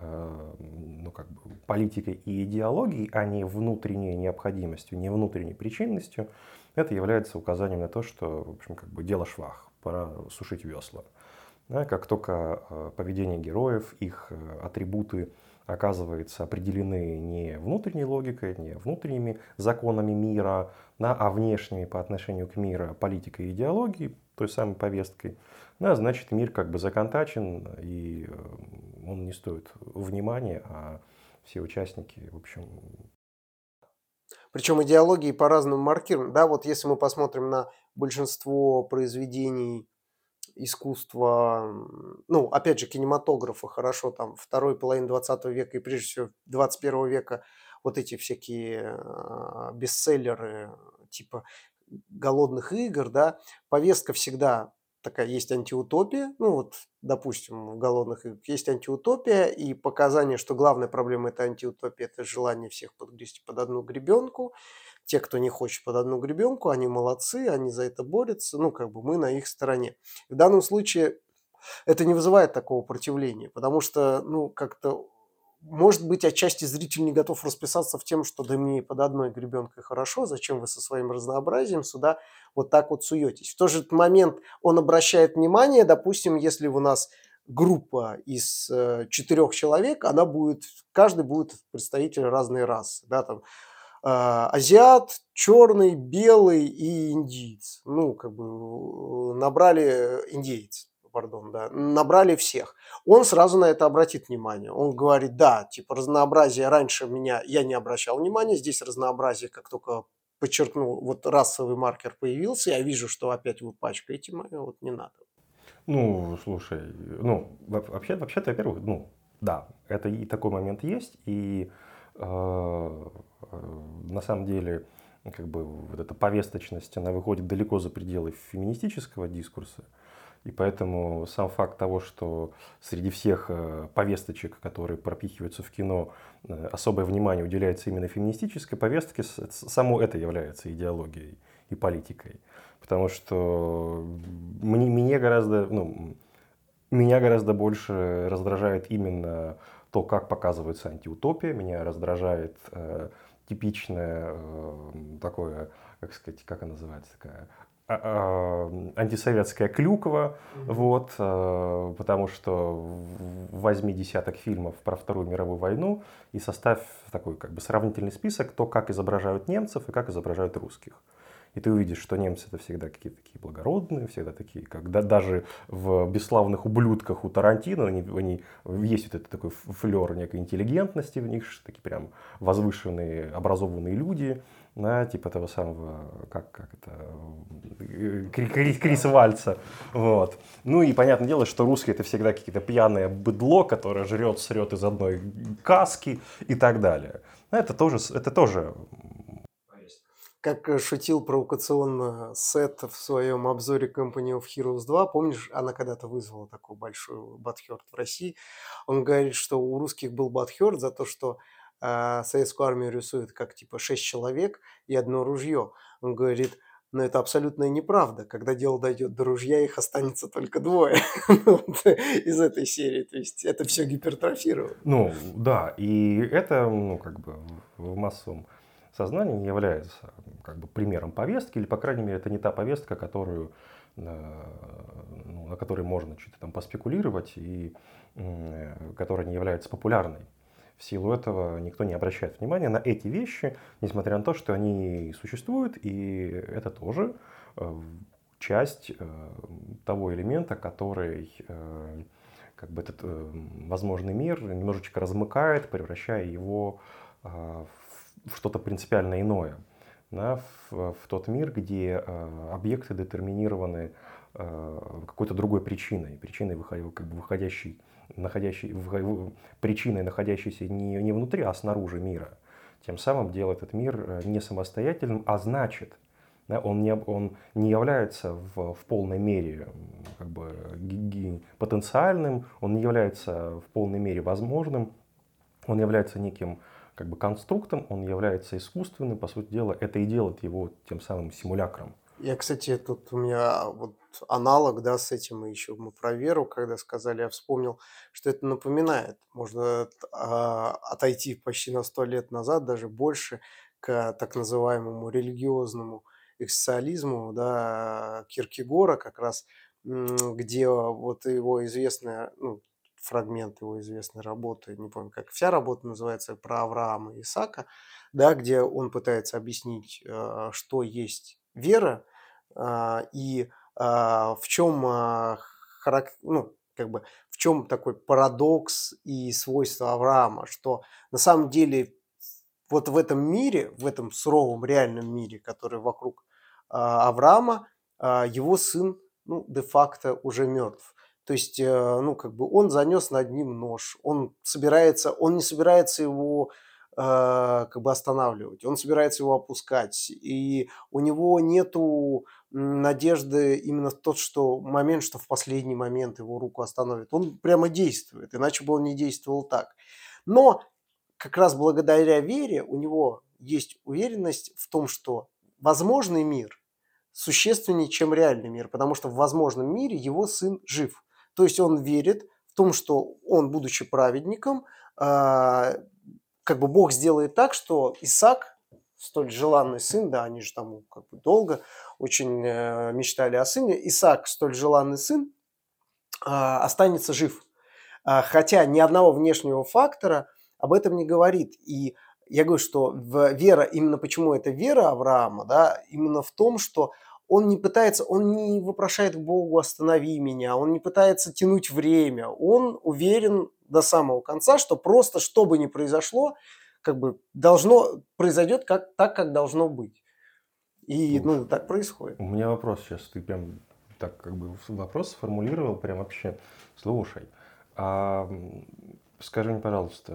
ну, как бы, политикой и идеологией, а не внутренней необходимостью, не внутренней причинностью, это является указанием на то, что, в общем, как бы дело швах, пора сушить весла. Да, как только поведение героев, их атрибуты оказывается определены не внутренней логикой, не внутренними законами мира, да, а внешними по отношению к миру политикой и идеологией, той самой повесткой, да, значит мир как бы законтачен и он не стоит внимания, а все участники, в общем... Причем идеологии по разным маркирам. Да, вот если мы посмотрим на большинство произведений искусства, ну, опять же, кинематографа, хорошо, там, второй половины 20 века и, прежде всего, 21 века, вот эти всякие бестселлеры типа «Голодных игр», да, повестка всегда такая, есть антиутопия, ну, вот, допустим, в «Голодных играх» есть антиутопия и показание, что главная проблема этой антиутопии – это желание всех подгрести под одну гребенку. Те, кто не хочет под одну гребенку, они молодцы, они за это борются, ну, как бы мы на их стороне. В данном случае это не вызывает такого противления, потому что, ну, как-то, может быть, отчасти зритель не готов расписаться в тем, что да мне и под одной гребенкой хорошо, зачем вы со своим разнообразием сюда вот так вот суетесь. В тот же момент он обращает внимание, допустим, если у нас группа из 4 человек, она будет, каждый будет представитель разной расы, да, там, азиат, черный, белый и индиец. Ну, как бы набрали индейец, пардон, да, набрали всех. Он сразу на это обратит внимание. Он говорит, да, типа разнообразие раньше меня, я не обращал внимания, здесь разнообразие, как только подчеркнул, вот расовый маркер появился, я вижу, что опять вы пачкаете мое, вот не надо. Ну, слушай, ну, вообще-то, во-первых, ну, да, это и такой момент есть, и на самом деле, как бы, вот эта повесточность, она выходит далеко за пределы феминистического дискурса, и поэтому сам факт того, что среди всех повесточек, которые пропихиваются в кино, особое внимание уделяется именно феминистической повестке, само это является идеологией и политикой. Потому что меня гораздо больше раздражает именно то, как показывается антиутопия. Меня раздражает типичное такое, как сказать, как она называется, такая антисоветская клюква, вот, потому что возьми десяток фильмов про Вторую мировую войну и составь такой как бы сравнительный список, то, как изображают немцев и как изображают русских. и ты увидишь, что немцы это всегда какие-то такие благородные, всегда такие, когда даже в «Бесславных ублюдках» у Тарантино они есть вот это такой флер некой интеллигентности в них, что такие прям возвышенные, образованные люди, да, типа того самого, как это, Крис Вальца, вот. Ну и понятное дело, что русские это всегда какие-то пьяное быдло, которое жрет, срет из одной каски и так далее. Это тоже. Как шутил провокационно Сет в своем обзоре Company of Heroes 2, помнишь, она когда-то вызвала такой большой бадхёрт в России. Он говорит, что у русских был бадхёрт за то, что советскую армию рисуют как типа 6 человек и одно ружье. Он говорит, но это абсолютная неправда. Когда дело дойдет до ружья, их останется только двое. Вот из этой серии. То есть это все гипертрофировано. Ну, да, и это, ну, как бы в массовом сознании не является как бы примером повестки, или, по крайней мере, это не та повестка, которую, ну, на которой можно что-то там поспекулировать, и которая не является популярной. В силу этого никто не обращает внимания на эти вещи, несмотря на то, что они существуют, и это тоже часть того элемента, который как бы этот возможный мир немножечко размыкает, превращая его в что-то принципиально иное. Да, в тот мир, где объекты детерминированы какой-то другой причиной, как бы причиной, находящейся не внутри, а снаружи мира. Тем самым делает этот мир не самостоятельным, а значит, да, он не является в полной мере как бы потенциальным, он не является в полной мере возможным, он является неким как бы конструктом, он является искусственным, по сути дела, это и делает его тем самым симулякром. Я, кстати, тут у меня вот аналог, да, с этим мы про веру, когда сказали, я вспомнил, что это напоминает. Можно отойти почти на 100 лет назад, даже больше, к так называемому религиозному экзистенциализму, да, Киркегора, как раз, где вот его известная, ну, фрагмент его известной работы, не помню, как вся работа называется, про Авраама и Исаака, да, где он пытается объяснить, что есть вера, и в чем ну, как бы в чем такой парадокс и свойство Авраама, что на самом деле вот в этом мире, в этом суровом реальном мире, который вокруг Авраама, его сын, ну, де-факто уже мертв. То есть, ну, как бы он занес над ним нож, он не собирается его как бы останавливать, он собирается его опускать, и у него нету надежды именно в тот момент, что в последний момент его руку остановит. Он прямо действует, иначе бы он не действовал так. Но как раз благодаря вере у него есть уверенность в том, что возможный мир существеннее, чем реальный мир, потому что в возможном мире его сын жив. То есть он верит в том, что он, будучи праведником, как бы Бог сделает так, что Исаак, столь желанный сын, да, они же там как бы долго очень мечтали о сыне, Исаак, столь желанный сын, останется жив. Хотя ни одного внешнего фактора об этом не говорит. И я говорю, что вера, именно почему это вера Авраама, да, именно в том, что он не вопрошает к Богу «останови меня», он не пытается тянуть время, он уверен до самого конца, что просто, что бы ни произошло, как бы произойдет так, как должно быть. И, ну, так происходит. У меня вопрос сейчас, ты прям так как бы вопрос сформулировал, прям вообще, слушай, скажи мне, пожалуйста,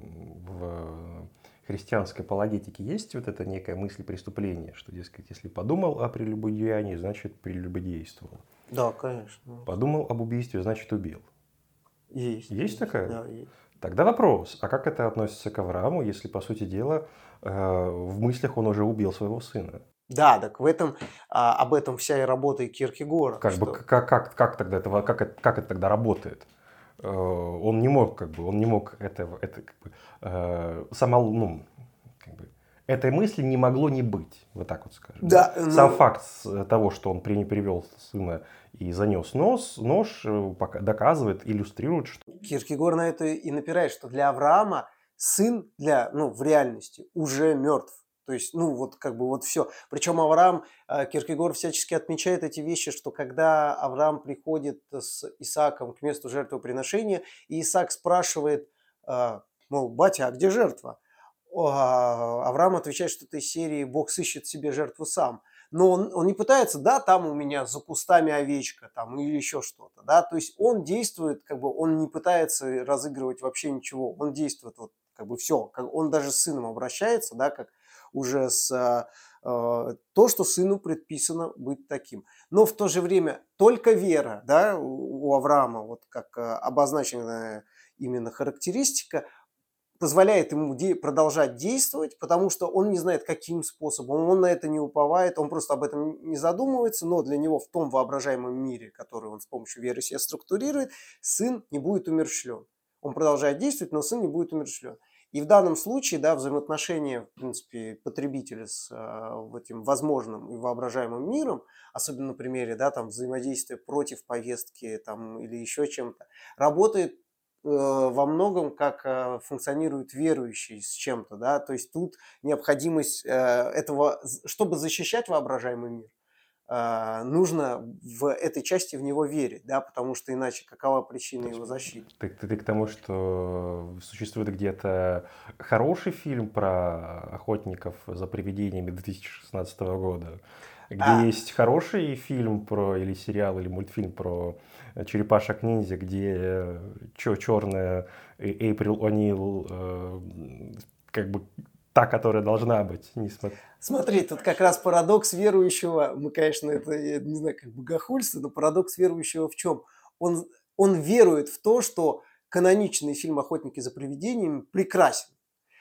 в христианской апологетике есть вот эта некая мысль преступления, что, дескать, если подумал о прелюбодеянии, значит прелюбодействовал. Да, конечно. Подумал об убийстве, значит убил. Есть такая? Да, есть. Тогда вопрос, а как это относится к Аврааму, если, по сути дела, в мыслях он уже убил своего сына? Да, так об этом вся и работа и Киркегора. Как тогда как это тогда работает? Он не мог этой мысли не могло не быть, вот так вот скажем. Да, Сам факт того, что он привел сына и занес нож, доказывает, иллюстрирует, что... Киркегор на это и напирает, что для Авраама сын в реальности уже мертв. То есть, ну, вот как бы вот все. Причем Авраам, Киркегор всячески отмечает эти вещи, что когда Авраам приходит с Исааком к месту жертвоприношения, и Исаак спрашивает, мол, батя, а где жертва? Авраам отвечает что-то из серии «Бог сыщет себе жертву сам». Но он не пытается, да, там у меня за кустами овечка, там, или еще что-то, да, то есть он действует, как бы, он не пытается разыгрывать вообще ничего, он действует, вот, как бы, все, он даже с сыном обращается, да, как уже то, что сыну предписано быть таким. Но в то же время только вера, да, у Авраама, вот как обозначенная именно характеристика, позволяет ему продолжать действовать, потому что он не знает, каким способом, он на это не уповает, он просто об этом не задумывается, но для него в том воображаемом мире, который он с помощью веры себе структурирует, сын не будет умерщвлен. Он продолжает действовать, но сын не будет умерщвлен. И в данном случае, да, взаимоотношения, в принципе, потребителя с этим возможным и воображаемым миром, особенно на примере, да, там, взаимодействия против повестки там, или еще чем-то, работает во многом как функционирует верующий с чем-то, да, то есть тут необходимость этого, чтобы защищать воображаемый мир, нужно в этой части в него верить, да, потому что иначе какова причина его защиты? Ты к тому, что существует где-то хороший фильм про охотников за привидениями 2016 года, где есть хороший фильм про, или сериал, или мультфильм про черепашек-ниндзя, где черная Эйприл О'Нил, как бы та, которая должна быть. Смотри, тут как раз парадокс верующего, мы, конечно, это, я не знаю, как богохульство, но парадокс верующего в чем? Он верует в то, что каноничный фильм «Охотники за привидениями» прекрасен.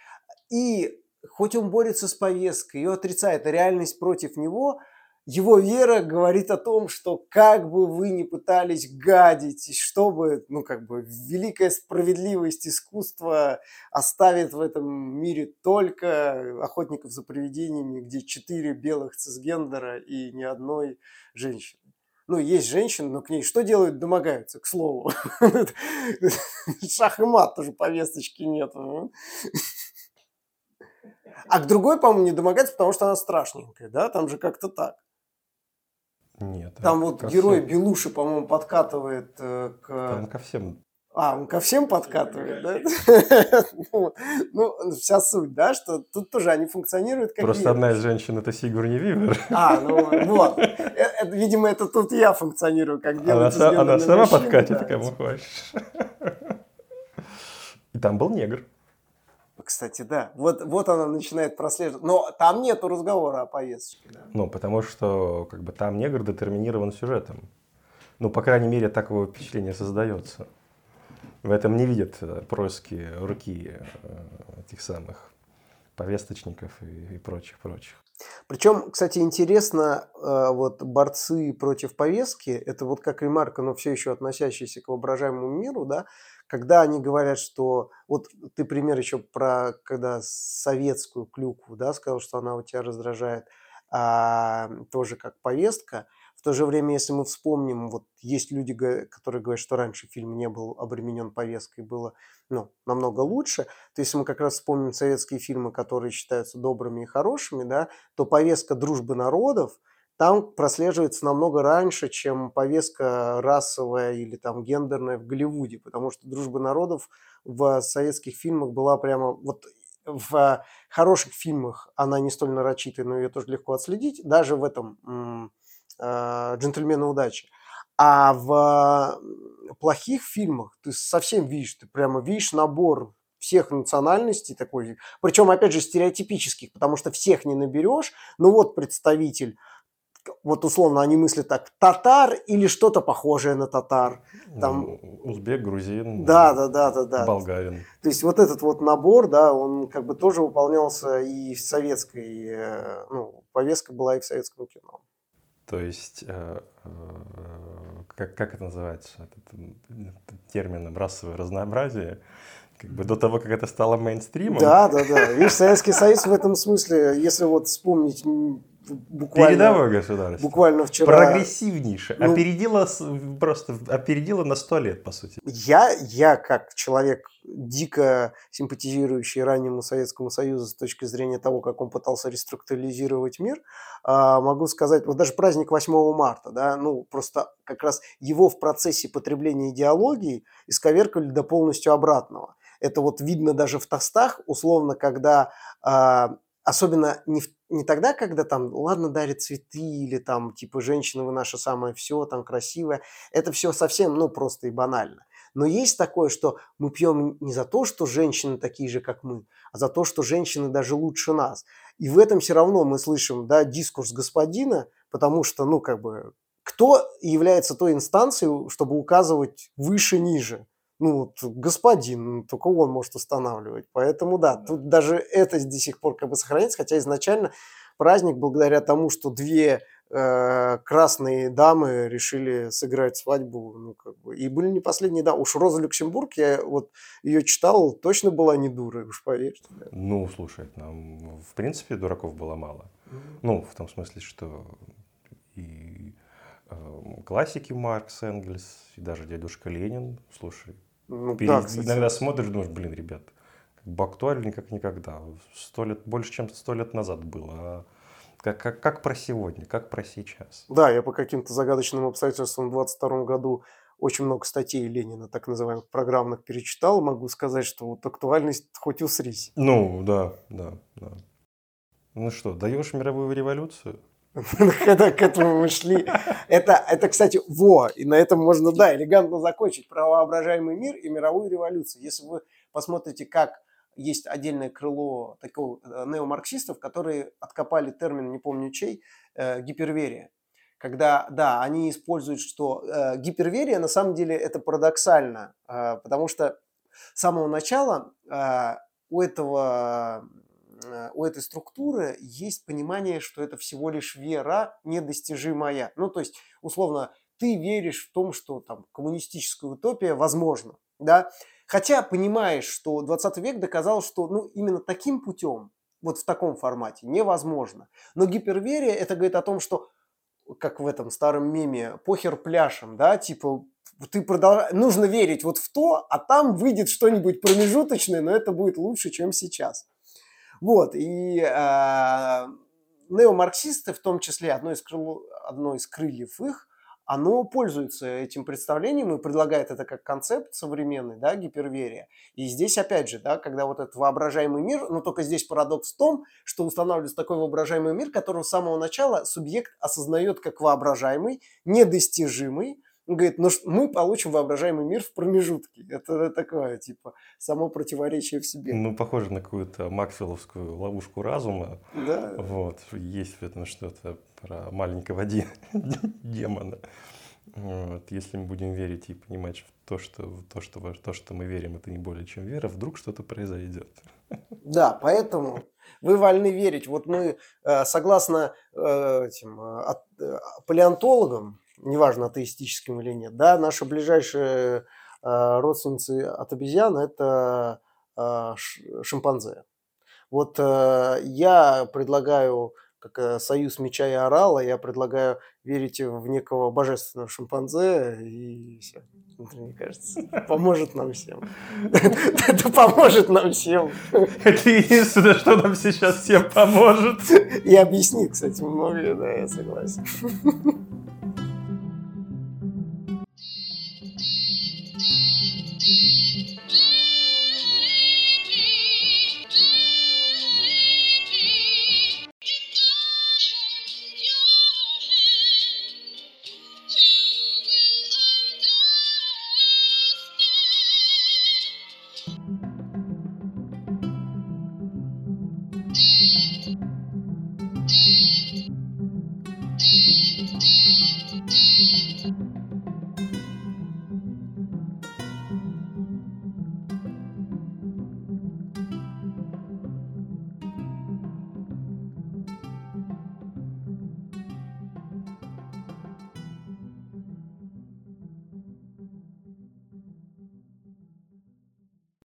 И хоть он борется с повесткой, ее отрицает, а реальность против него, его вера говорит о том, что как бы вы ни пытались гадить, чтобы, ну, как бы, великая справедливость искусства оставит в этом мире только охотников за привидениями, где 4 белых цисгендера и ни одной женщины. Ну, есть женщины, но к ней что делают? Домогаются, к слову. Шах и мат, тоже повесточки нет. А к другой, по-моему, не домогается, потому что она страшненькая, да? Там же как-то так. Нет. Там вот герой Белуши, по-моему, подкатывает к... Там ко всем. Он ко всем подкатывает, да? Ну, вся суть, да, что тут тоже они функционируют как Просто одна из женщин – это Сигурни Вивер. Ну вот. Видимо, это тут я функционирую как белый цисгендерный Она сама мужчина, подкатит, кому хочешь. И там был негр. Кстати, да. Вот она начинает прослеживать. Но там нету разговора о повестке. Да. Ну, потому что как бы там негр детерминирован сюжетом. Ну, по крайней мере, такое впечатление создается. В этом не видят происки руки этих самых повесточников и прочих. Причем, кстати, интересно, вот борцы против повестки, это вот как ремарка, но все еще относящаяся к воображаемому миру, да, когда они говорят, что... Вот ты пример еще про, когда советскую клюкву, да, сказал, что она у тебя раздражает, тоже как повестка. В то же время, если мы вспомним, вот есть люди, которые говорят, что раньше фильм не был обременен повесткой, было намного лучше. То если мы как раз вспомним советские фильмы, которые считаются добрыми и хорошими, да, то повестка дружбы народов там прослеживается намного раньше, чем повестка расовая или там гендерная в Голливуде, потому что дружба народов в советских фильмах была прямо... Вот в хороших фильмах она не столь нарочитая, но ее тоже легко отследить, даже в этом... «Джентльмены удачи». А в плохих фильмах ты совсем видишь, ты прямо видишь набор всех национальностей такой, причем, опять же, стереотипических, потому что всех не наберешь, но вот представитель, вот условно они мыслят так, татар или что-то похожее на татар. Там... Узбек, грузин, болгарин. То есть вот этот вот набор, да, он как бы тоже выполнялся и в советской, повестка была и в советском кино. То есть, как это называется, этот термин расовое разнообразие, как бы до того, как это стало мейнстримом. Да. Видишь, Советский Союз в этом смысле, если вот вспомнить Передовое государство. Буквально вчера. Прогрессивнейшее. Ну, Просто опередило на 100 лет, по сути. Я как человек, дико симпатизирующий раннему Советскому Союзу с точки зрения того, как он пытался реструктуризировать мир, могу сказать, вот даже праздник 8 марта, да, ну, просто как раз его в процессе потребления идеологии исковеркали до полностью обратного. Это вот видно даже в тостах, условно, когда, особенно не тогда, когда там, ладно, дарят цветы или там, типа, женщина, вы наше самое все, там, красивое. Это все совсем, ну, просто и банально. Но есть такое, что мы пьем не за то, что женщины такие же, как мы, а за то, что женщины даже лучше нас. И в этом все равно мы слышим, да, дискурс господина, потому что, ну, как бы, кто является той инстанцией, чтобы указывать выше-ниже? Ну, вот господин, только он может устанавливать. Поэтому, да, тут даже это до сих пор как бы сохраняется, хотя изначально праздник, благодаря тому, что две красные дамы решили сыграть свадьбу, ну, как бы, и были не последние дамы. Уж Роза Люксембург, я вот ее читал, точно была не дурой, уж поверьте. Да. Ну, слушай, нам, в принципе, дураков было мало. Ну, в том смысле, что и классики Маркс, Энгельс, и даже дедушка Ленин, слушай, Ну, да, иногда смотришь, думаешь, блин, ребят, как бы актуально как никогда. 100 лет, больше, чем 100 лет назад было. Как про сегодня, как про сейчас. Да, я по каким-то загадочным обстоятельствам в 22 году очень много статей Ленина, так называемых программных, перечитал. Могу сказать, что вот актуальность хоть усрись. Ну, да. Ну что, даешь мировую революцию? Когда к этому мы шли. Это, кстати, и на этом можно, да, элегантно закончить про воображаемый мир и мировую революцию. Если вы посмотрите, как есть отдельное крыло такого неомарксистов, которые откопали термин, не помню чей, гиперверия. Когда, да, они используют, что гиперверия на самом деле это парадоксально, потому что с самого начала у этой структуры есть понимание, что это всего лишь вера недостижимая. Ну, то есть, условно, ты веришь в том, что там коммунистическая утопия возможна, да, хотя понимаешь, что 20 век доказал, что ну, именно таким путем, вот в таком формате, невозможно. Но гиперверия, это говорит о том, что, как в этом старом меме, похер пляшем, да, типа, нужно верить вот в то, а там выйдет что-нибудь промежуточное, но это будет лучше, чем сейчас. Вот, и неомарксисты, в том числе одно из крыльев их, оно пользуется этим представлением и предлагает это как концепт современный, да, гиперверия. И здесь, опять же, да, когда вот этот воображаемый мир, но только здесь парадокс в том, что устанавливается такой воображаемый мир, который с самого начала субъект осознает как воображаемый, недостижимый. Он говорит, ну мы получим воображаемый мир в промежутке. Это такое, типа, само противоречие в себе. Ну, похоже на какую-то максвелловскую ловушку разума. Да. Вот, есть в этом что-то про маленького демона. Вот. Если мы будем верить и понимать, что то, что мы верим, это не более чем вера, вдруг что-то произойдет. Да, поэтому вы вольны верить. Вот мы, согласно палеонтологам, неважно, атеистическим или нет, да, наши ближайшие родственницы от обезьян – это шимпанзе. Вот я предлагаю, как союз меча и орала, я предлагаю верить в некого божественного шимпанзе, и все. Мне кажется, поможет нам всем. Это поможет нам всем. Это единственное, что нам сейчас всем поможет. И объяснит, кстати, многое, да, я согласен.